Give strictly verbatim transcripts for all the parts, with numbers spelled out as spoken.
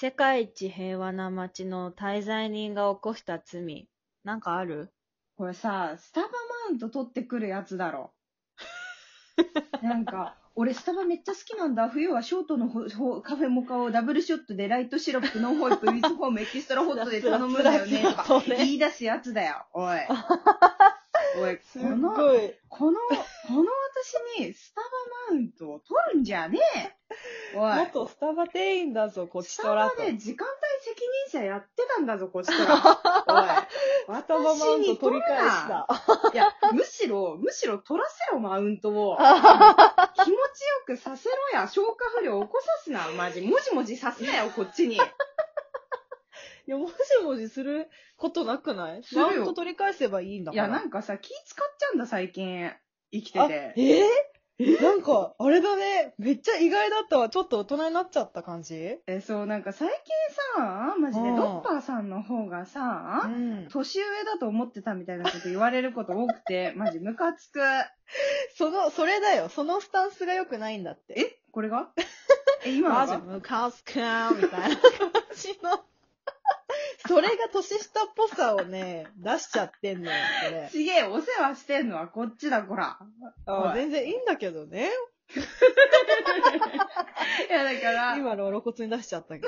世界一平和な街の滞在人が起こした罪。なんかある？ これさ、スタバマウント取ってくるやつだろ。なんか、俺スタバめっちゃ好きなんだ。冬はショートのほほカフェモカをダブルショットでライトシロップ、ノンホイップ、ウィズフォーム、エキストラホットで頼むんだよね。とか言い出すやつだよ。おい。おい、 すこの、 ごい。 この、この私にスタバマウントを取るんじゃねえ。おい。 元スタバ店員だぞ、こっちとらと。 スタバで時間帯責任者やってたんだぞ、こっちとら。おい。 スタバマウント取り返した。 いや、むしろ、むしろ取らせろ、マウントを。気持ちよくさせろや、消化不良起こさすな、マジ。もじもじさすなよ、こっちに。 いや、もじもじすることなくない？ するよ。 マウント取り返せばいいんだから。 いや、なんかさ、気使っちゃうんだ、最近。生きてて。 えー、なんか、あれだね。めっちゃ意外だったわ。ちょっと大人になっちゃった感じ？ え、そう、なんか最近さ、マジでうんドッパーさんの方がさ、 うん。 年上だと思ってたみたいなこと言われること多くて、マジムカつく。 その、それだよ。そのスタンスが良くないんだって。 えこれがえ、今のマジがムカつくーみたいな感じの。それが年下っぽさをね、出しちゃってんのよ、これ。 ちげえ、お世話してんのはこっちだ、こら。 あ、全然いいんだけどね。 いや、だから、 今の露骨に出しちゃったけど。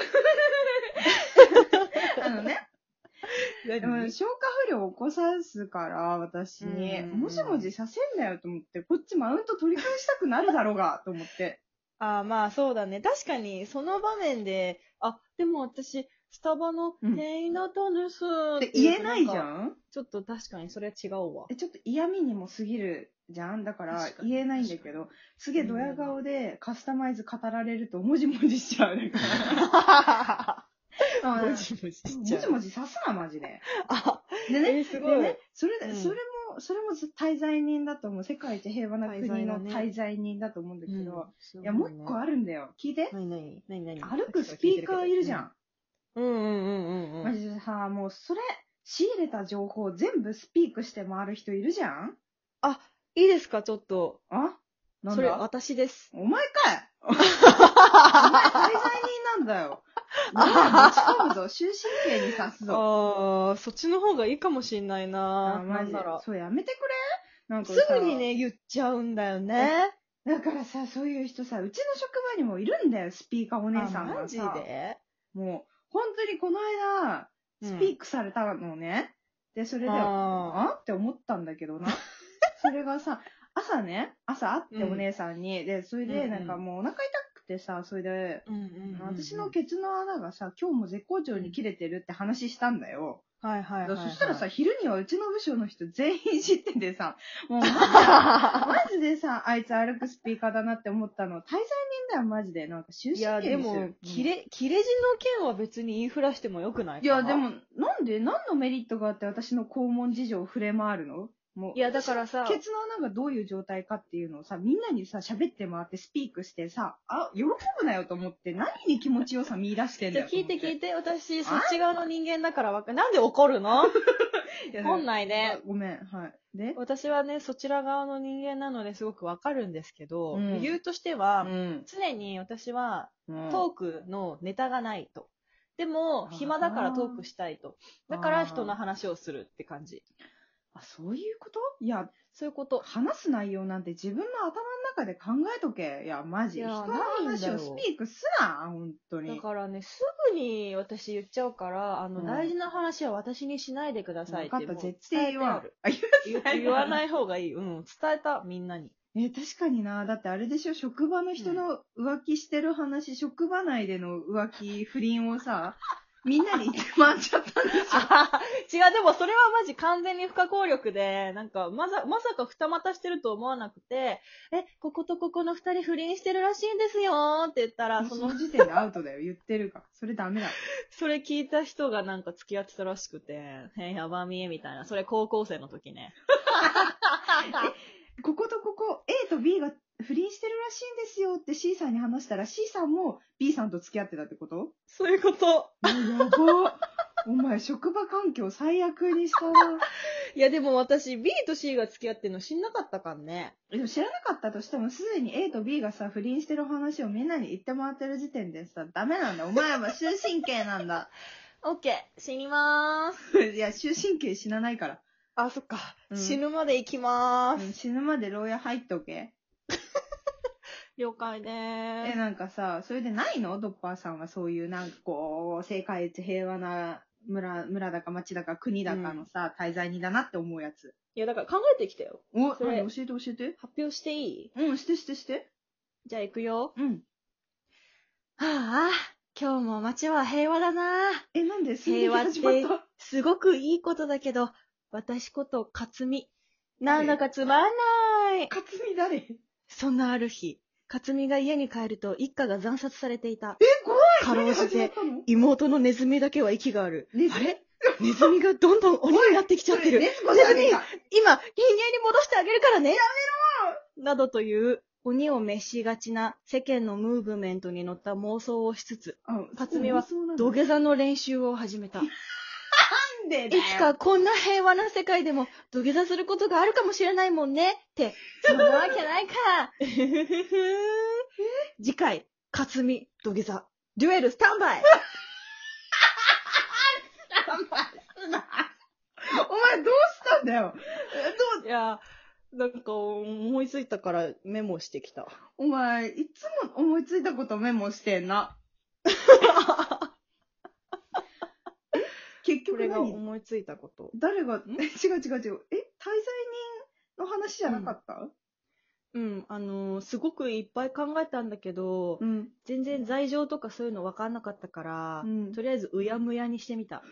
あのね、でも消化不良を起こさすから、私に、もじもじさせんなよと思って、こっちマウント取り返したくなるだろうが、と思って。 ああ、まあそうだね。確かに、その場面で、あ、でも私、スタバの店員だったんですってって言えないじゃん。 んちょっと確かにそれは違うわ。 え、ちょっと嫌味にも過ぎるじゃんだから言えないんだけど、すげえドヤ顔でカスタマイズ語られるともじもじしちゃう。だから。 もじもじしちゃう。 もじもじさすな、マジで。 あ、 でね、 えー、すごい。 でね、それで、 うん、 それも、それも滞在人だと思う。世界一平和な国の滞在人だと思うんだけど、 うん、 いや、もう一個あるんだよ。聞いて。 なになになになに歩くスピーカーいるじゃん。 うんうんうんうんうん。 マジでさ、もうそれ、仕入れた情報全部スピークして回る人いるじゃん。 あ、いいですか、ちょっと。 あなんだそれ、私です。 お前かいお前、滞在人なんだよ。お前、ぶち込むぞ。終身刑に刺すぞ。 ああ、そっちの方がいいかもしんないな。 あ、マジで。そう、やめてくれなんかすぐにね、言っちゃうんだよね。 だからさ、そういう人さ、うちの職場にもいるんだよ、スピーカーお姉さんがさ。 マジで？ もう、本当にこの間、スピークされたのね。うん、で、それで、あって思ったんだけどな。それがさ、朝ね、朝会ってお姉さんに、うん、で、それで、なんかもうお腹痛くてさ、それで、うんうんうんうん、私のケツの穴がさ、今日も絶好調に切れてるって話したんだよ。 はいはいはい、はい。 そしたらさ、昼にはうちの部署の人全員知っててさ、もうマジで、マジでさ、あいつ歩くスピーカーだなって思ったの。滞在人だよ、マジで。なんか終身刑にする。いや、 でも、切れ、切れ字の件は別に言いふらしてもよくないかな。 いや、でも、なんで、何のメリットがあって私の肛門事情を触れ回るの？もういや、だからさ、 ケツの穴がどういう状態かっていうのをさ、みんなにさ、喋って回ってスピークしてさ、あ、喜ぶなよと思って、何に気持ちよさ見出してんだよ。 じゃあ聞いて聞いて、私、そっち側の人間だからわかん、なんで怒るの？本来ね。 ごめん、はい。で私はね、そちら側の人間なのですごくわかるんですけど、うん、理由としては、うん、常に私は、トークのネタがないと。でも、暇だからトークしたいと。だから人の話をするって感じ。 あ、そういうこと？いや、 そういうこと。 話す内容なんて自分の頭の中で考えとけ。いや、マジ。人の話をスピークすな、本当に。 だからね、すぐに私言っちゃうから、あの、うん、大事な話は私にしないでくださいって。 分かった、絶対言わん。 言, 言わない方がいい。うん、伝えた、みんなに。 え、確かにな。だってあれでしょ、職場の人の浮気してる話、うん、職場内での浮気、不倫をさ、みんなに言って回っちゃったんですよ。違う、でもそれはマジ完全に不可抗力で、なんか、まさ、まさか二股してると思わなくて、え、こことここの二人不倫してるらしいんですよーって言ったら、 その時点でアウトだよ、言ってるか。それダメだ。 それ聞いた人がなんか付き合ってたらしくて、へやばみえみたいな。それ高校生の時ね。 え、こことここ、A と B が不倫してるらしいんですよって C さんに話したら C さんも B さんと付き合ってたってこと？ そういうこと。 やば。 お前、職場環境最悪にしたな。 いや、でも私、B と C が付き合ってんの知んなかったからね。 でも知らなかったとしても、すでに A と B がさ、不倫してる話をみんなに言ってもらってる時点でさ、ダメなんだ。お前は終身刑なんだ。 オッケー、死にまーす。 いや、終身刑死なないから。 あ、そっか。 うん死ぬまで行きまーす。 うん、死ぬまで牢屋入っとけ。 了解でーえ、 す。 なんかさ、それでないのドッパーさんはそういうなんかこう、世界一平和な村、村だか町だか国だかのさ、滞在人だなって思うやつ。 いや、だから考えてきたよ。 お、 それ何教えて教えて。 発表していい？ うん、してしてして。 じゃあ行くよ。 うん。 はあ、今日も街は平和だな。 え、なんで平和っ始まってた。 すごくいいことだけど、私こと克実。なんだかつまんない。 勝美誰？ そんなある日、克実が家に帰ると一家が惨殺されていた。 え、怖い。 かろうじて何始まったの？ 妹のネズミだけは息がある。 ネズミあれネズミがどんどん鬼になってきちゃってる。 ネズコじゃねえか。 今、人間に戻してあげるからね。やめろなどという、鬼を召しがちな世間のムーブメントに乗った妄想をしつつ、 あ、 克実はそうなんだ土下座の練習を始めた。 なんでだよ。 いつかこんな平和な世界でも土下座することがあるかもしれないもんね。って、そんなわけないか。次回、克実土下座。デュエルスタンバイ。 お前どうしたんだよ。えどういや、なんか思いついたからメモしてきた。 お前、いつも思いついたことメモしてんな。結これが局何思いついたこと。 誰が、え、違う違う違う。え、滞在人の話じゃなかった？ うん、あのーすごくいっぱい考えたんだけど、 うん。 全然罪状とかそういうの分かんなかったから、 うんとりあえずうやむやにしてみた。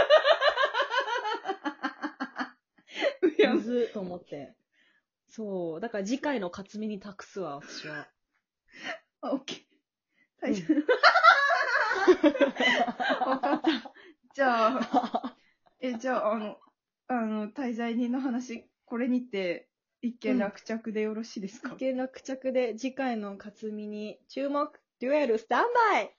いやむずっと思って。そう。だから次回の克実に託すわ、私は。 あ、オッケー。大丈夫。わかった。じゃあ、え、じゃあ、あの、あの、滞在人の話、これにて、一件落着でよろしいですか？ 一見落着で次回の克実に注目、デュエルスタンバイ